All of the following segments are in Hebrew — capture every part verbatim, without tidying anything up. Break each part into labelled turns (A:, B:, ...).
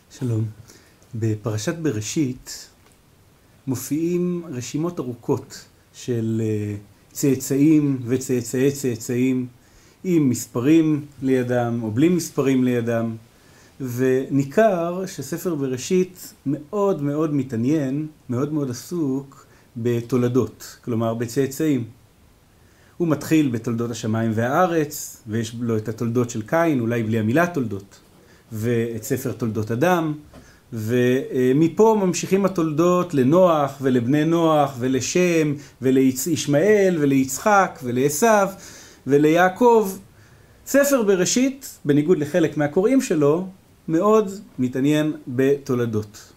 A: שלום. בפרשת בראשית מופיעים רשימות ארוכות של צאצאים וצאצאי צאצאים עם מספרים לידם או בלי מספרים לידם, וניכר שספר בראשית מאוד מאוד מתעניין, מאוד מאוד עסוק בתולדות, כלומר בצאצאים. הוא מתחיל בתולדות השמיים והארץ, ויש לו את התולדות של קין, אולי בלי המילה תולדות, ואת ספר תולדות אדם, ומפה ממשיכים התולדות לנוח ולבני נוח ולשם ולישמעאל וליצחק ולעשו וליעקב. ספר בראשית, בניגוד לחלק מהקוראים שלו, מאוד מתעניין בתולדות.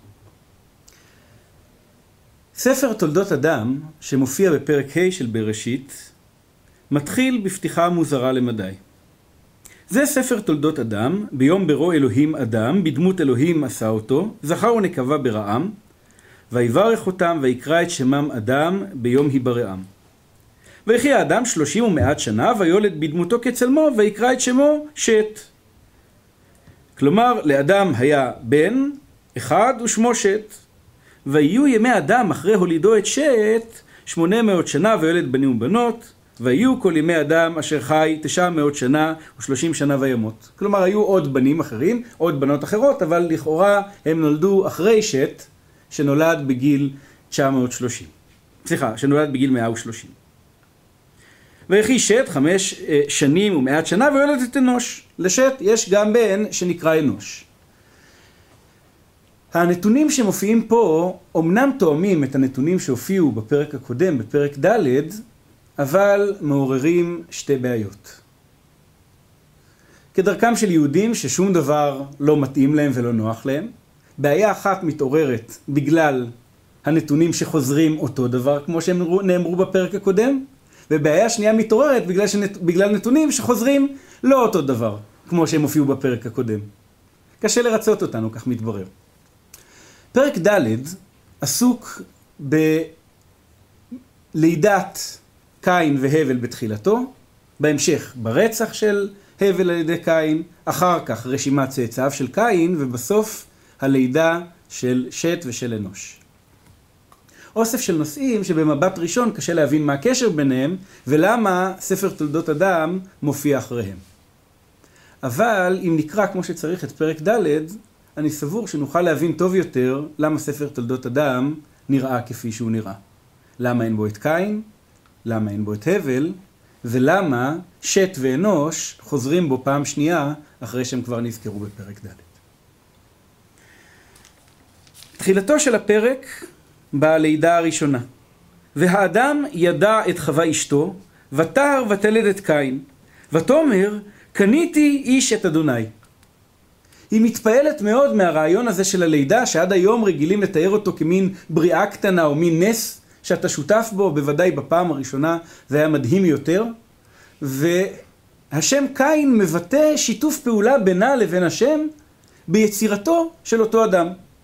A: ספר תולדות אדם, שמופיע בפרק ה' של בראשית, מתחיל בפתיחה מוזרה למדי. זה ספר תולדות אדם, ביום ברוא אלוהים אדם, בדמות אלוהים עשה אותו, זכר ונקבה בראם, ויברך אותם ויקרא את שמם אדם ביום היבראם. ויחי האדם שלושים ומעט שנה, ויולד בדמותו כצלמו, ויקרא את שמו שת. כלומר, לאדם היה בן אחד ושמו שת. ויהיו ימי אדם אחרי הולידו את שת, שמונה מאות שנה ויולד בנים ובנות, ויהיו כל ימי אדם אשר חי תשע מאות שנה ושלושים שנה וימות. כלומר, היו עוד בנים אחרים, עוד בנות אחרות, אבל לכאורה הם נולדו אחרי שת, שנולד בגיל תשע מאות ושלושים. סליחה, שנולד בגיל מאה ושלושים. ויחי שת חמש שנים ומעט שנה ויולד את אנוש. לשת יש גם בן שנקרא אנוש. הנתונים שמופיעים פה אומנם תואמים את הנתונים שהופיעו בפרק הקודם, בפרק ד', אבל מעוררים שתי בעיות. כדרכם של יהודים ששום דבר לא מתאים להם ולא נוח להם, בעיה אחת מתעוררת בגלל הנתונים שחוזרים אותו דבר כמו שהם נאמרו בפרק הקודם, ובעיה שנייה מתעוררת בגלל, שנת... בגלל נתונים שחוזרים לא אותו דבר כמו שהם הופיעו בפרק הקודם. קשה לרצות אותנו, כך מתברר. פרק ד' עסוק בלידת קין והבל בתחילתו, בהמשך ברצח של הבל על ידי קין, אחר כך רשימת צאצאיו של קין, ובסוף הלידה של שת ושל אנוש. אוסף של נושאים שבמבט ראשון קשה להבין מה הקשר ביניהם, ולמה ספר תולדות אדם מופיע אחריהם. אבל אם נקרא כמו שצריך את פרק ד', אני סבור שנוכל להבין טוב יותר למה ספר תולדות אדם נראה כפי שהוא נראה. למה אין בו את קין? למה אין בו את הבל? ולמה שת ואנוש חוזרים בו פעם שנייה אחרי שהם כבר נזכרו בפרק ד'. תחילתו של הפרק בלידה הראשונה. והאדם ידע את חווה אשתו, ותער ותלד את קין, ותאמר, קניתי איש את אדוני. היא מתפעלת מאוד מהרעיון הזה של הלידה, שעד היום רגילים לתאר אותו כמין בריאה קטנה או מין נס שאתה שותף בו, בוודאי בפעם הראשונה זה היה מדהים יותר. והשם קין מבטא שיתוף פעולה בינה לבין השם ביצירתו של אותו אדם.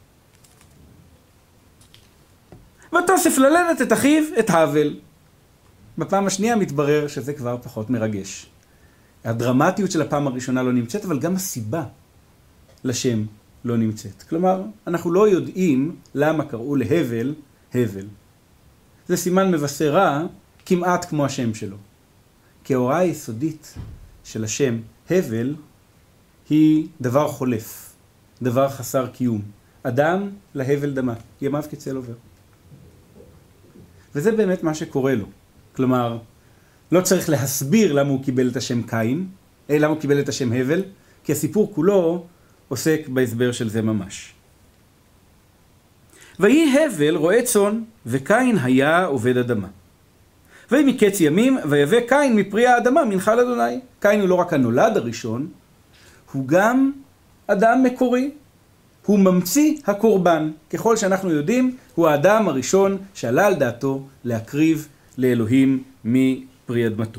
A: ותוסף ללדת את אחיו, את הבל. בפעם השנייה מתברר שזה כבר פחות מרגש. הדרמטיות של הפעם הראשונה לא נמצאת, אבל גם הסיבה לשם לא נמצאת. כלומר, אנחנו לא יודעים למה קראו להבל, הבל. זה סימן מבשר רע, כמעט כמו השם שלו. כי ההוראה היסודית של השם הבל היא דבר חולף, דבר חסר קיום. אדם להבל דמה, ימיו כצל עובר. וזה באמת מה שקורה לו. כלומר, לא צריך להסביר למה הוא קיבל את השם קין, אה, למה הוא קיבל את השם הבל, כי הסיפור כולו עוסק בהסבר של זה ממש. ויהי הבל רועה צאן, וקין היה עובד אדמה. ויהי מקץ ימים, ויבא קין מפרי האדמה מנחה לאדוני. קין הוא לא רק הנולד הראשון, הוא גם אדם מקורי. הוא ממציא הקורבן. ככל שאנחנו יודעים, הוא האדם הראשון שעלה על דעתו להקריב לאלוהים מפרי אדמתו.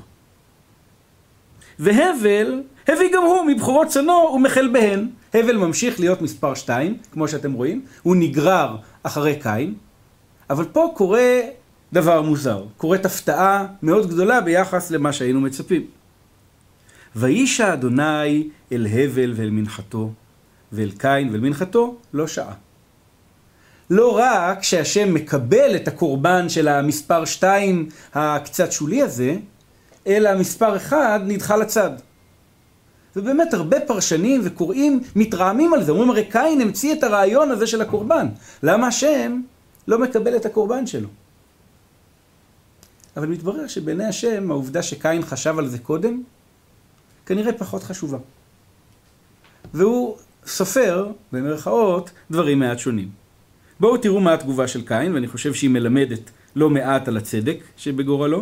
A: והבל הביא גם הוא מבחורות צאנו ומחל בהן. הבל ממשיך להיות מספר שתיים, כמו שאתם רואים. הוא נגרר אחרי קין. אבל פה קורה דבר מוזר. קורית הפתעה מאוד גדולה ביחס למה שהיינו מצפים. וישע אדוני אל הבל ואל מנחתו, ואל קין ואל מנחתו לא שעה. לא רק שהשם מקבל את הקורבן של המספר שתיים הקצת שולי הזה, אלא המספר אחד נדחה לצד. ובאמת הרבה פרשנים וקוראים מתרעמים על זה. אומרים, הרי קין המציא את הרעיון הזה של הקורבן. למה השם לא מקבל את הקורבן שלו? אבל מתברר שבעיני השם העובדה שקין חשב על זה קודם, כנראה פחות חשובה. והוא סופר, במרכאות, דברים מעט שונים. בואו תראו מה התגובה של קין, ואני חושב שהיא מלמדת לא מעט על הצדק שבגורלו.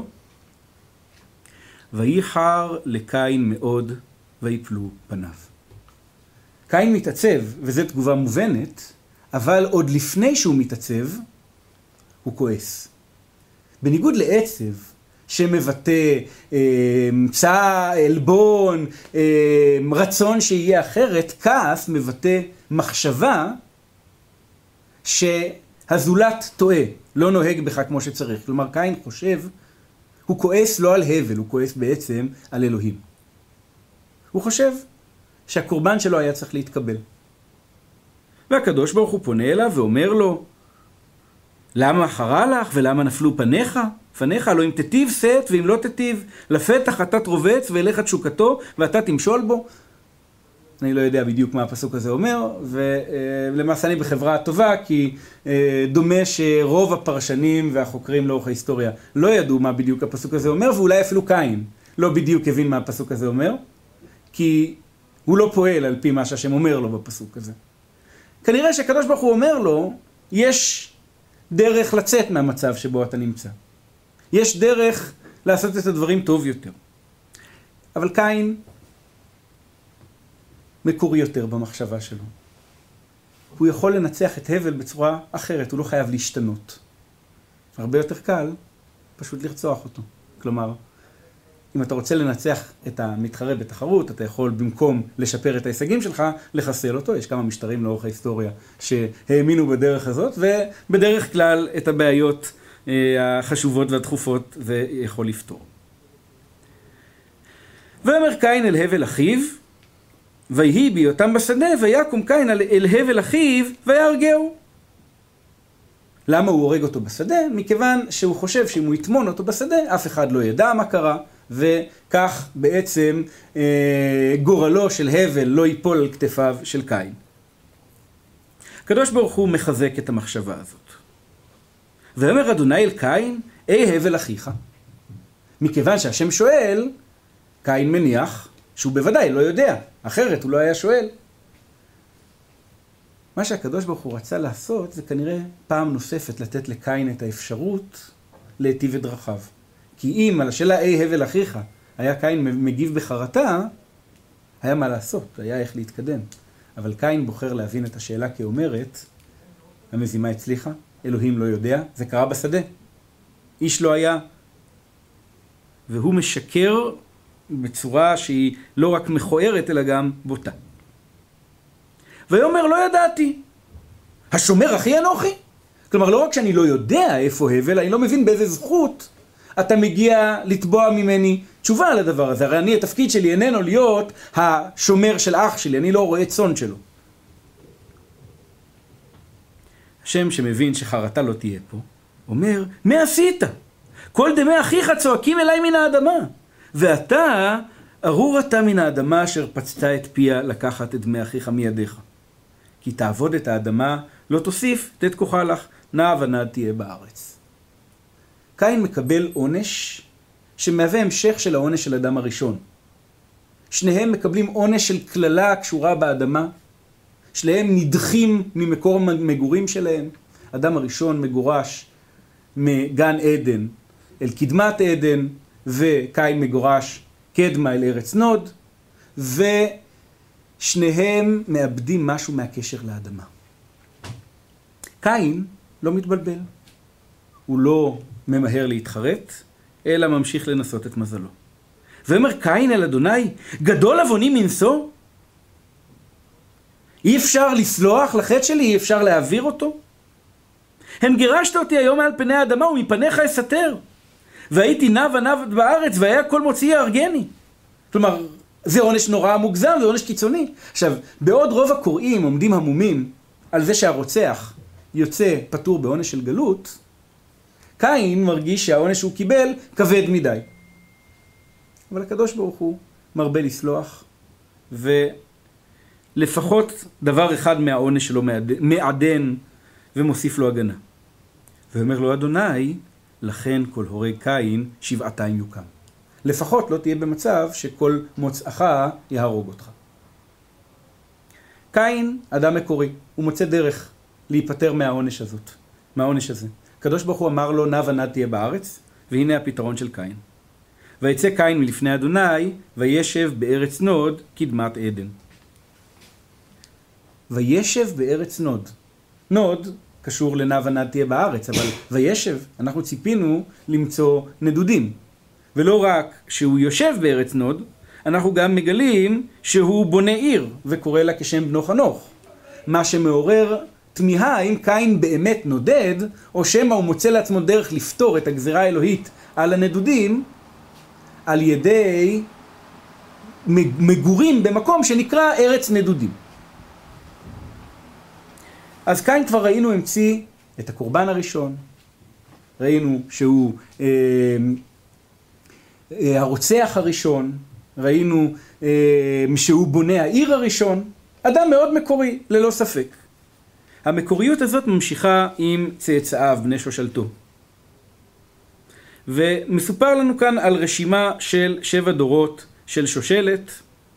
A: וייחר לקין מאוד ויפלו פניו. קין מתעצב, וזו תגובה מובנת, אבל עוד לפני שהוא מתעצב, הוא כועס. בניגוד לעצב, שמבטא אה, צע, אלבון, אה, רצון שיהיה אחרת, כעס מבטא מחשבה שהזולת טועה, לא נוהג בך כמו שצריך. כלומר, קין חושב, הוא כועס לא על הבל, הוא כועס בעצם על אלוהים. הוא חושב שהקורבן שלו היה צריך להתקבל. והקדוש ברוך הוא פונה אליו ואומר לו, למה חרה לך ולמה נפלו פניך? פניך הלא אם תטיב שאת ואם לא תטיב, לפתח אתה תרובץ ואליך תשוקתו ואתה תמשול בו. אני לא יודע בדיוק מה הפסוק הזה אומר, ולמעשה אני בחברה טובה, כי דומה שרוב הפרשנים והחוקרים לאורך ההיסטוריה לא ידעו מה בדיוק הפסוק הזה אומר, ואולי אפילו קין לא בדיוק הבין מה הפסוק הזה אומר, כי הוא לא פועל על פי מה שהשם אומר לו בפסוק הזה. כנראה שהקדוש ברוך הוא אומר לו, יש דרך לצאת מהמצב שבו אתה נמצא. יש דרך לעשות את הדברים טוב יותר. אבל קין מקורי יותר במחשבה שלו. הוא יכול לנצח את הבל בצורה אחרת, הוא לא חייב להשתנות. הרבה יותר קל פשוט לרצוח אותו. כלומר, אם אתה רוצה לנצח את המתחרה בתחרות, אתה יכול במקום לשפר את ההישגים שלך, לחסל אותו. יש כמה משטרים לאורך ההיסטוריה שהאמינו בדרך הזאת, ובדרך כלל את הבעיות החשובות והדחופות זה יכול לפתור. ואמר קין אל הבל אחיו, ויהי בהיותם בשדה, ויקום קין אל הבל אחיו, ויהרגהו. למה הוא הורג אותו בשדה? מכיוון שהוא חושב שאם הוא יטמון אותו בשדה, אף אחד לא ידע מה קרה, וכך בעצם אה, גורלו של הבל לא ייפול על כתפיו של קין. הקדוש ברוך הוא מחזק את המחשבה הזאת. ואומר אדוני אל קין, אי הבל אחיך. מכיוון שהשם שואל, קין מניח שהוא בוודאי לא יודע, אחרת הוא לא היה שואל. מה שהקדוש ברוך הוא רצה לעשות זה כנראה פעם נוספת לתת לקין את האפשרות להיטיב את דרכיו. כי אם על השאלה אי הבל אחיך היה קין מגיב בחרטה, היה מה לעשות, היה איך להתקדם. אבל קין בוחר להבין את השאלה כאומרת, המזימה הצליחה, אלוהים לא יודע, זה קרה בשדה. איש לא היה. והוא משקר בצורה שהיא לא רק מכוערת אלא גם בוטה. ויאמר לא ידעתי, השומר אחי אנוכי? כלומר לא רק שאני לא יודע איפה הבל, אני לא מבין באיזה זכות אתה מגיע לתבוע ממני תשובה על הדבר הזה. הרי אני, התפקיד שלי איננו להיות השומר של אח שלי, אני לא רואה צאן שלו. השם שמבין שחרטה לא תהיה פה, אומר, מה עשית? כל דמי אחיך צועקים אליי מן האדמה, ואתה ארור אתה מן האדמה אשר פצתה את פיה לקחת את דמי אחיך מידיך. כי תעבוד את האדמה, לא תוסיף, תת כוחה לך, נע ונד תהיה בארץ. קין מקבל עונש שמהווה המשך של העונש של אדם הראשון. שניהם מקבלים עונש של כללה קשורה באדמה, שניהם נדחים ממקור מגורים שלהם. אדם הראשון מגורש מגן עדן אל קדמת עדן, וקין מגורש קדמה אל ארץ נוד, ושניהם מאבדים משהו מהקשר לאדמה. קין לא מתבלבל. הוא לא ממהר להתחרט, אלא ממשיך לנסות את מזלו. ואומר קין אל אדוני, גדול עווני מנשוא? אי אפשר לסלוח לחטא שלי, אי אפשר להעביר אותו? הן גירשת אותי היום מעל פני האדמה ומפניך אסתר. והייתי נע ונע בארץ והיה כל מוציא יהרגני. כלומר, זה עונש נורא מוגזם, זה עונש קיצוני. עכשיו, בעוד רוב הקוראים עומדים המומים על זה שהרוצח יוצא פטור בעונש של גלות, קין מרגיש שהעונש שהוא קיבל כבד מדי. אבל הקדוש ברוך הוא מרבה לסלוח, ולפחות דבר אחד מהעונש שלו מעדן ומוסיף לו הגנה. ואומר לו אדוני, לכן כל הורג קין שבעתיים יוקם. לפחות לא תהיה במצב שכל מוצאך יהרוג אותך. קין, אדם מקורי, הוא מוצא דרך להיפטר מהעונש הזאת, מהעונש הזה. הקדוש ברוך הוא אמר לו, נע ונד תהיה בארץ, והנה הפתרון של קין. ויצא קין מלפני אדוני, וישב בארץ נוד, קדמת עדן. וישב בארץ נוד. נוד קשור לנע ונד תהיה בארץ, אבל וישב, אנחנו ציפינו למצוא נדודים. ולא רק שהוא יושב בארץ נוד, אנחנו גם מגלים שהוא בונה עיר, וקורא לה כשם בנו חנוך. מה שמעורר תמיהה אם קין באמת נודד, או שמא הוא מוצא לעצמו דרך לפתור את הגזירה האלוהית על הנדודים, על ידי מגורים במקום שנקרא ארץ נדודים. אז קין כבר ראינו המציא את הקורבן הראשון, ראינו שהוא אה, אה, הרוצח הראשון, ראינו אה, שהוא בונה העיר הראשון, אדם מאוד מקורי, ללא ספק. המקוריות הזאת ממשיכה עם צאצאיו, בני שושלתו. ומסופר לנו כאן על רשימה של שבע דורות של שושלת,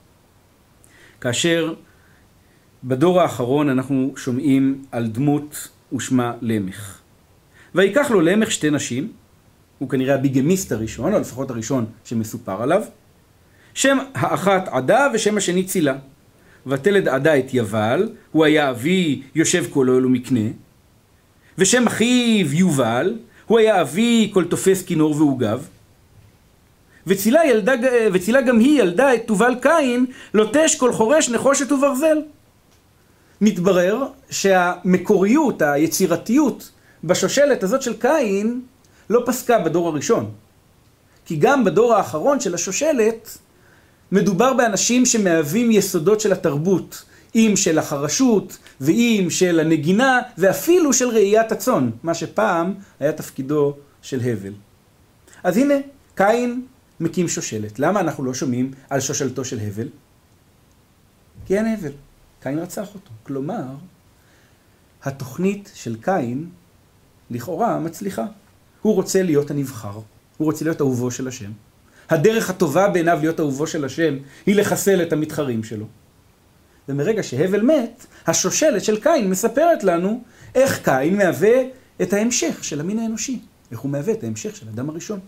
A: כאשר בדור האחרון אנחנו שומעים על דמות ושמה למך. ויקח לו למך שתי נשים, הוא כנראה הביגמיסט הראשון, או לפחות הראשון שמסופר עליו, שם האחת עדה ושם השני צילה. ותלד עדה את יבל, הוא היה אבי יושב כל אוהל ומקנה, ושם אחיו יובל, הוא היה אבי כל תופס כינור ועוגב, וצילה, ילדה, וצילה גם היא ילדה את תובל קין, לוטש כל חורש נחושת וברזל. מתברר שהמקוריות, היצירתיות בשושלת הזאת של קין לא פסקה בדור הראשון. כי גם בדור האחרון של השושלת מדובר באנשים שמהווים יסודות של התרבות, אם של החרשות ואם של הנגינה ואפילו של ראיית הצאן, מה שפעם היה תפקידו של הבל. אז הנה, קין מקים שושלת. למה אנחנו לא שומעים על שושלתו של הבל? כי אין הבל. קין רצח אותו. כלומר, התוכנית של קין לכאורה מצליחה. הוא רוצה להיות הנבחר. הוא רוצה להיות אהובו של השם. הדרך הטובה בעיניו להיות אהובו של השם היא לחסל את המתחרים שלו. ומרגע שהבל מת, השושלת של קין מספרת לנו איך קין מהווה את ההמשך של המין האנושי. איך הוא מהווה את ההמשך של האדם הראשון.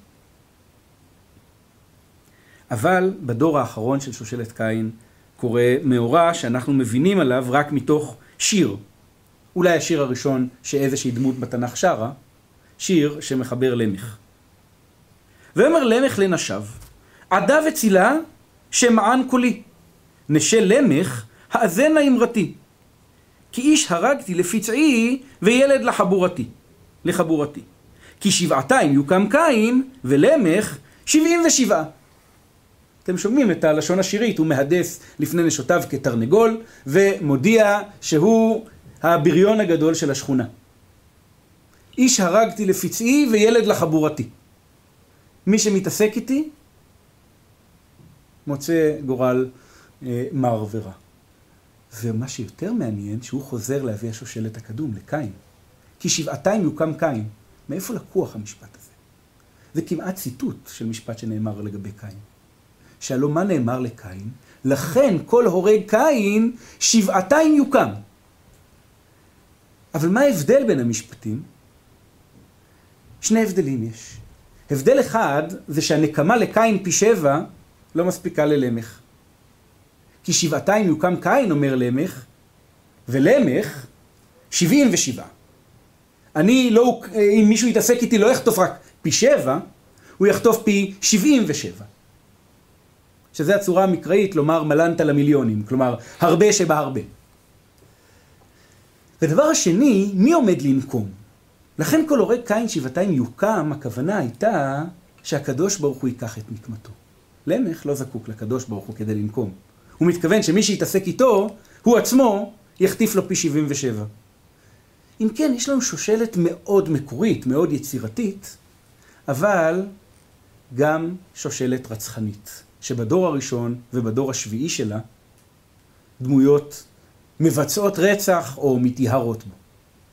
A: אבל בדור האחרון של שושלת קין קורה מאורע שאנחנו מבינים עליו רק מתוך שיר. אולי השיר הראשון שאיזושהי דמות בתנ"ך שרה, שיר שמחבר למך. ואומר למך לנשיו, עדה וצילה שמען קולי, נשי למך האזנה אמרתי, כי איש הרגתי לפצעי וילד לחבורתי, לחבורתי. כי שבעתיים יוקם קין ולמך שבעים ושבעה. אתם שומעים את הלשון השירית, הוא מהדס לפני נשותיו כתרנגול, ומודיע שהוא הבריון הגדול של השכונה. איש הרגתי לפצעי וילד לחבורתי. מי שמתעסק איתי, מוצא גורל אה, מר ורע. ומה שיותר מעניין, שהוא חוזר להביא השושלת הקדום, לקין. כי שבעתיים יוקם קין. מאיפה לקוח המשפט הזה? זה כמעט ציטוט של משפט שנאמר לגבי קין. שהלא מה נאמר לקין? לכן כל הורג קין שבעתיים יוקם. אבל מה ההבדל בין המשפטים? שני הבדלים יש. הבדל אחד זה שהנקמה לקין פי שבע לא מספיקה ללמך. כי שבעתיים יוקם קין, אומר למך, ולמך שבעים ושבעה. אני לא, אם מישהו יתעסק איתי לא יחטוף רק פי שבע, הוא יחטוף פי שבעים ושבע. שזה הצורה המקראית לומר מלנת למיליונים, כלומר הרבה שבה הרבה. ודבר השני, מי עומד לנקום? לכן כל הורג קין שבעתיים יוקם, הכוונה הייתה שהקדוש ברוך הוא ייקח את נקמתו. למך לא זקוק לקדוש ברוך הוא כדי לנקום. הוא מתכוון שמי שיתעסק איתו, הוא עצמו יחטיף לו פי שבעים ושבע. אם כן, יש לנו שושלת מאוד מקורית, מאוד יצירתית, אבל גם שושלת רצחנית, שבדור הראשון ובדור השביעי שלה, דמויות מבצעות רצח או מתייהרות בו.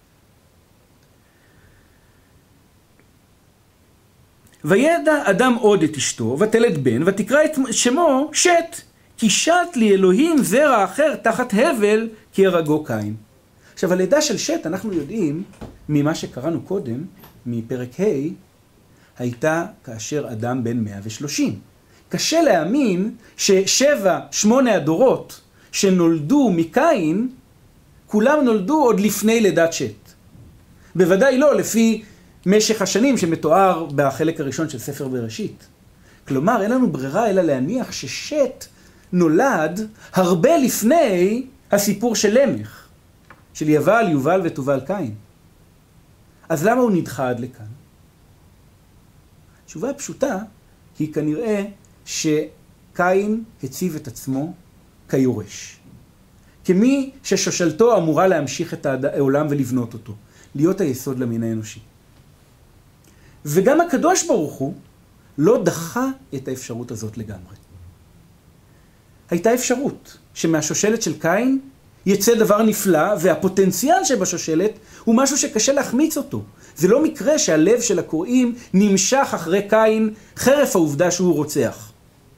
A: וידע אדם עוד את אשתו, ותלד בן, ותקרא את שמו שת, כי שת לי אלוהים זרע אחר תחת הבל, כי הרגו קין. עכשיו, הלידה של שת, אנחנו יודעים, ממה שקראנו קודם, מפרק ה', הייתה כאשר אדם בן מאה ושלושים. קשה להאמין ששבע, שמונה הדורות שנולדו מקין, כולם נולדו עוד לפני לידת שת. בוודאי לא לפי משך השנים שמתואר בחלק הראשון של ספר בראשית. כלומר, אין לנו ברירה אלא להניח ששת נולד הרבה לפני הסיפור של למך, של יבל, יובל ותובל קין. אז למה הוא נדחה עד לכאן? התשובה הפשוטה היא כנראה שקין הציב את עצמו כיורש. כמי ששושלתו אמורה להמשיך את העולם ולבנות אותו, להיות היסוד למין האנושי. וגם הקדוש ברוך הוא לא דחה את האפשרות הזאת לגמרי. הייתה אפשרות שמהשושלת של קין יצא דבר נפלא, והפוטנציאל שבשושלת הוא משהו שקשה להחמיץ אותו. זה לא מקרה שהלב של הקוראים נמשך אחרי קין חרף העובדה שהוא רוצח.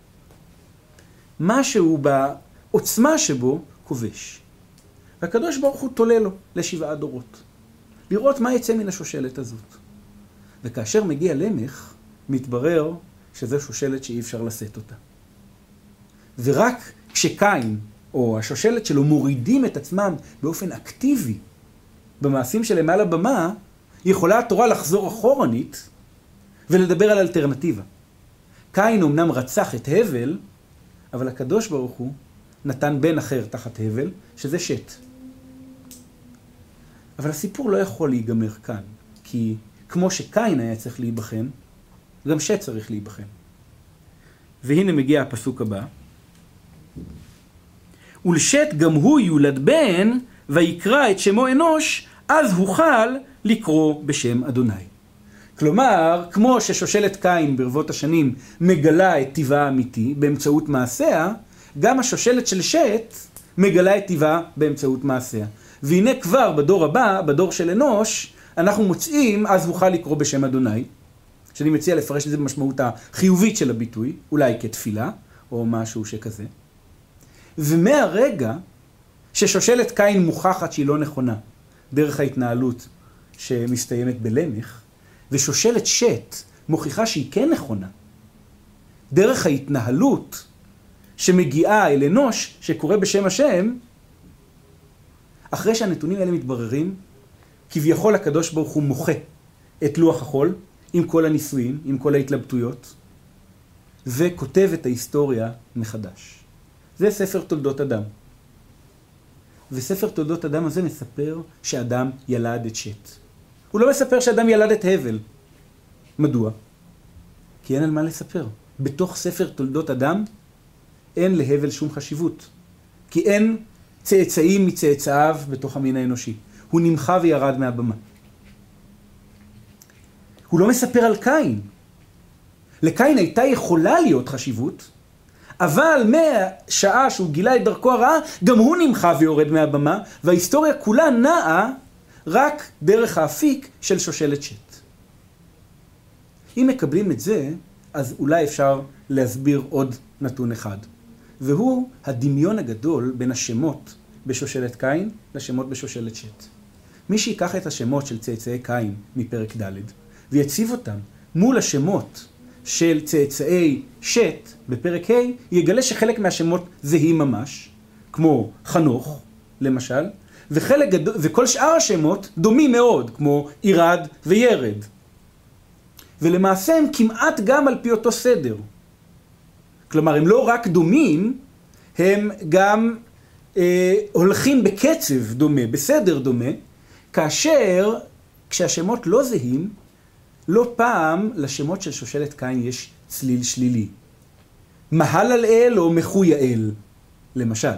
A: משהו בעוצמה שבו כובש. והקדוש ברוך הוא תולה לו לשבעה דורות. לראות מה יצא מן השושלת הזאת. וכאשר מגיע למך, מתברר שזו שושלת שאי אפשר לשאת אותה. ורק כשקין או השושלת שלו מורידים את עצמם באופן אקטיבי במעשים שלהם על הבמה, יכולה התורה לחזור אחורנית ולדבר על אלטרנטיבה. קין אמנם רצח את הבל, אבל הקדוש ברוך הוא נתן בן אחר תחת הבל, שזה שת. אבל הסיפור לא יכול להיגמר כאן, כי כמו שקין היה צריך להיבחן, גם שת צריך להיבחן. והנה מגיע הפסוק הבא. ולשת גם הוא יולד בן, ויקרא את שמו אנוש, אז הוכל לקרוא בשם אדוני. כלומר, כמו ששושלת קין ברבות השנים מגלה את טבעה האמיתי באמצעות מעשיה, גם השושלת של שת מגלה את טבעה באמצעות מעשיה. והנה כבר בדור הבא, בדור של אנוש, אנחנו מוצאים אז הוכל לקרוא בשם אדוני, שאני מציע לפרש את זה במשמעות החיובית של הביטוי, אולי כתפילה או משהו שכזה. ומהרגע ששושלת קין מוכחת שהיא לא נכונה, דרך ההתנהלות שמסתיימת בלמך, ושושלת שת מוכיחה שהיא כן נכונה, דרך ההתנהלות שמגיעה אל אנוש שקורא בשם השם, אחרי שהנתונים האלה מתבררים, כביכול הקדוש ברוך הוא מוחה את לוח החול, עם כל הניסויים, עם כל ההתלבטויות, וכותב את ההיסטוריה מחדש. זה ספר תולדות אדם. וספר תולדות אדם הזה מספר שאדם ילד את שת. הוא לא מספר שאדם ילד את הבל. מדוע? כי אין על מה לספר. בתוך ספר תולדות אדם אין להבל שום חשיבות. כי אין צאצאים מצאצאיו בתוך המין האנושי. הוא נמחה וירד מהבמה. הוא לא מספר על קין. לקין הייתה יכולה להיות חשיבות, אבל מהשעה שהוא גילה את דרכו הרעה, גם הוא נמחה ויורד מהבמה, וההיסטוריה כולה נעה רק דרך האפיק של שושלת שת. אם מקבלים את זה, אז אולי אפשר להסביר עוד נתון אחד. והוא הדמיון הגדול בין השמות בשושלת קין לשמות בשושלת שת. מי שיקח את השמות של צאצאי קין מפרק ד' ויציב אותם מול השמות של צאצאי שת בפרק ה', יגלה שחלק מהשמות זהים ממש, כמו חנוך למשל, וחלק גדול, וכל שאר השמות דומים מאוד, כמו ירד וירד. ולמעשה הם כמעט גם על פי אותו סדר. כלומר, הם לא רק דומים, הם גם אה, הולכים בקצב דומה, בסדר דומה, כאשר כשהשמות לא זהים, לא פעם לשמות של שושלת קין יש צליל שלילי. מהל על אל או מחוי האל, למשל.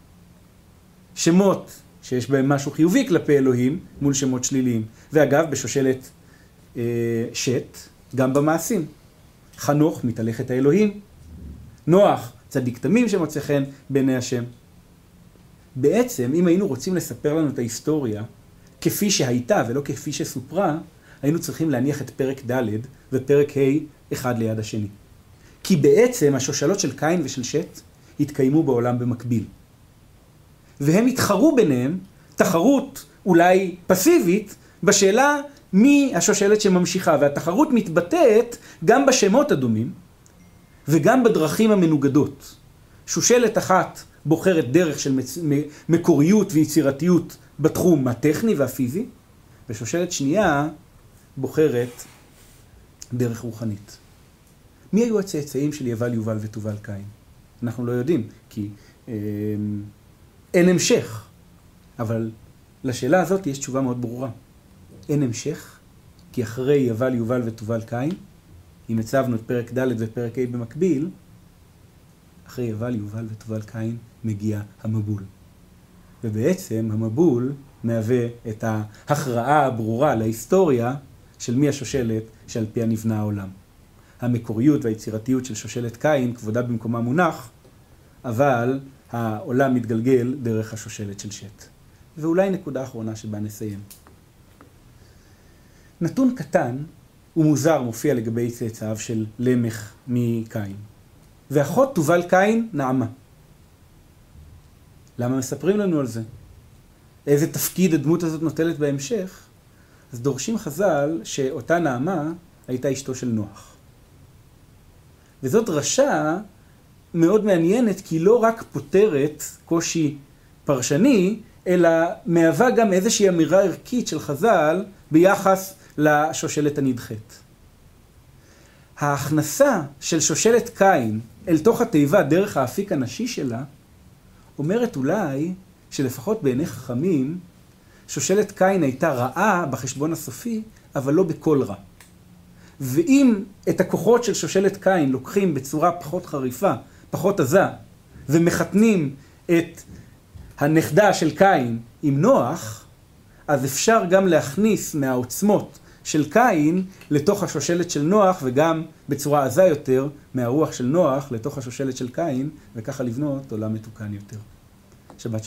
A: שמות שיש בהם משהו חיובי כלפי אלוהים מול שמות שליליים. ואגב, בשושלת אה, שת, גם במעשים. חנוך, מתהלכת האלוהים. נוח, צדיק תמים שמוצא חן בעיני השם. בעצם, אם היינו רוצים לספר לנו את ההיסטוריה כפי שהייתה ולא כפי שסופרה, היינו צריכים להניח את פרק ד' ופרק ה' אחד ליד השני. כי בעצם השושלות של קין ושל שת התקיימו בעולם במקביל. והם התחרו ביניהם, תחרות אולי פסיבית, בשאלה מי השושלת שממשיכה. והתחרות מתבטאת גם בשמות הדומים וגם בדרכים המנוגדות. שושלת אחת בוחרת דרך של מקוריות ויצירתיות בתחום הטכני והפיזי, ושושלת שנייה בוחרת דרך רוחנית. מי היו הצאצאים של יבל, יובל ותובל קין? אנחנו לא יודעים, כי אה, אין המשך. אבל לשאלה הזאת יש תשובה מאוד ברורה. אין המשך, כי אחרי יבל, יובל ותובל קין, אם הצבנו את פרק ד' ופרק ה' במקביל, אחרי יבל, יובל ותובל קין מגיע המבול. ובעצם המבול מהווה את ההכרעה הברורה להיסטוריה של מי השושלת שעל פיה נבנה העולם. המקוריות והיצירתיות של שושלת קין כבודה במקומה מונח, אבל העולם מתגלגל דרך השושלת של שת. ואולי נקודה אחרונה שבה נסיים. נתון קטן ומוזר מופיע לגבי צאצאיו של למך מקין. ואחות תובל קין נעמה. למה מספרים לנו על זה? איזה תפקיד הדמות הזאת נוטלת בהמשך? אז דורשים חז"ל שאותה נעמה הייתה אשתו של נוח. וזאת דרשה מאוד מעניינת, כי לא רק פותרת קושי פרשני, אלא מהווה גם איזושהי אמירה ערכית של חז"ל ביחס לשושלת הנדחית. ההכנסה של שושלת קין אל תוך התיבה דרך האפיק הנשי שלה, אומרת אולי שלפחות בעיני חכמים, שושלת קין הייתה רעה בחשבון הסופי, אבל לא בכל רע. ואם את הכוחות של שושלת קין לוקחים בצורה פחות חריפה, פחות עזה, ומחתנים את הנכדה של קין עם נוח, אז אפשר גם להכניס מהעוצמות של קין לתוך השושלת של נוח, וגם בצורה עזה יותר מהרוח של נוח לתוך השושלת של קין, וככה לבנות עולם מתוקן יותר. שבת שלום.